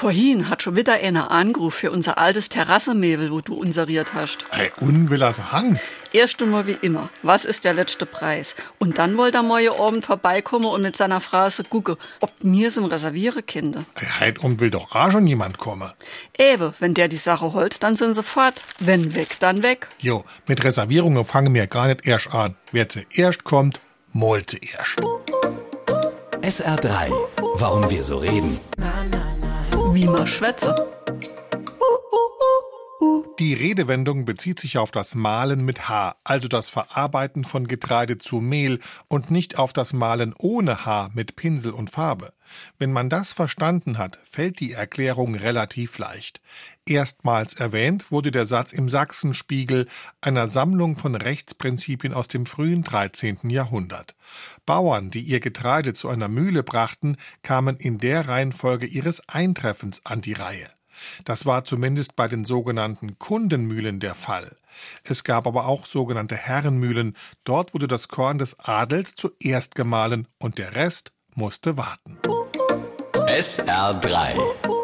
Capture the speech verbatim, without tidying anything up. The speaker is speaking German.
Vorhin hat schon wieder einer angerufen für unser altes Terrassemehl, wo du unseriert hast. Ei, un will er sagen. Erst einmal wie immer, was ist der letzte Preis? Und dann wollte er morgen Abend vorbeikommen und mit seiner Phrase gucken, ob mir zum Reservieren Kinder. Ei, heit um will doch auch schon jemand kommen. Eben, wenn der die Sache holt, dann sind sie fort. Wenn weg, dann weg. Jo, mit Reservierungen fangen wir gar nicht erst an. Wer zuerst kommt, malt zuerst. S R drei. Warum wir so reden. Wie man schwätze. Die Redewendung bezieht sich auf das Mahlen mit H, also das Verarbeiten von Getreide zu Mehl und nicht auf das Mahlen ohne H mit Pinsel und Farbe. Wenn man das verstanden hat, fällt die Erklärung relativ leicht. Erstmals erwähnt wurde der Satz im Sachsenspiegel, einer Sammlung von Rechtsprinzipien aus dem frühen dreizehnten Jahrhundert. Bauern, die ihr Getreide zu einer Mühle brachten, kamen in der Reihenfolge ihres Eintreffens an die Reihe. Das war zumindest bei den sogenannten Kundenmühlen der Fall. Es gab aber auch sogenannte Herrenmühlen. Dort wurde das Korn des Adels zuerst gemahlen und der Rest musste warten. S R drei.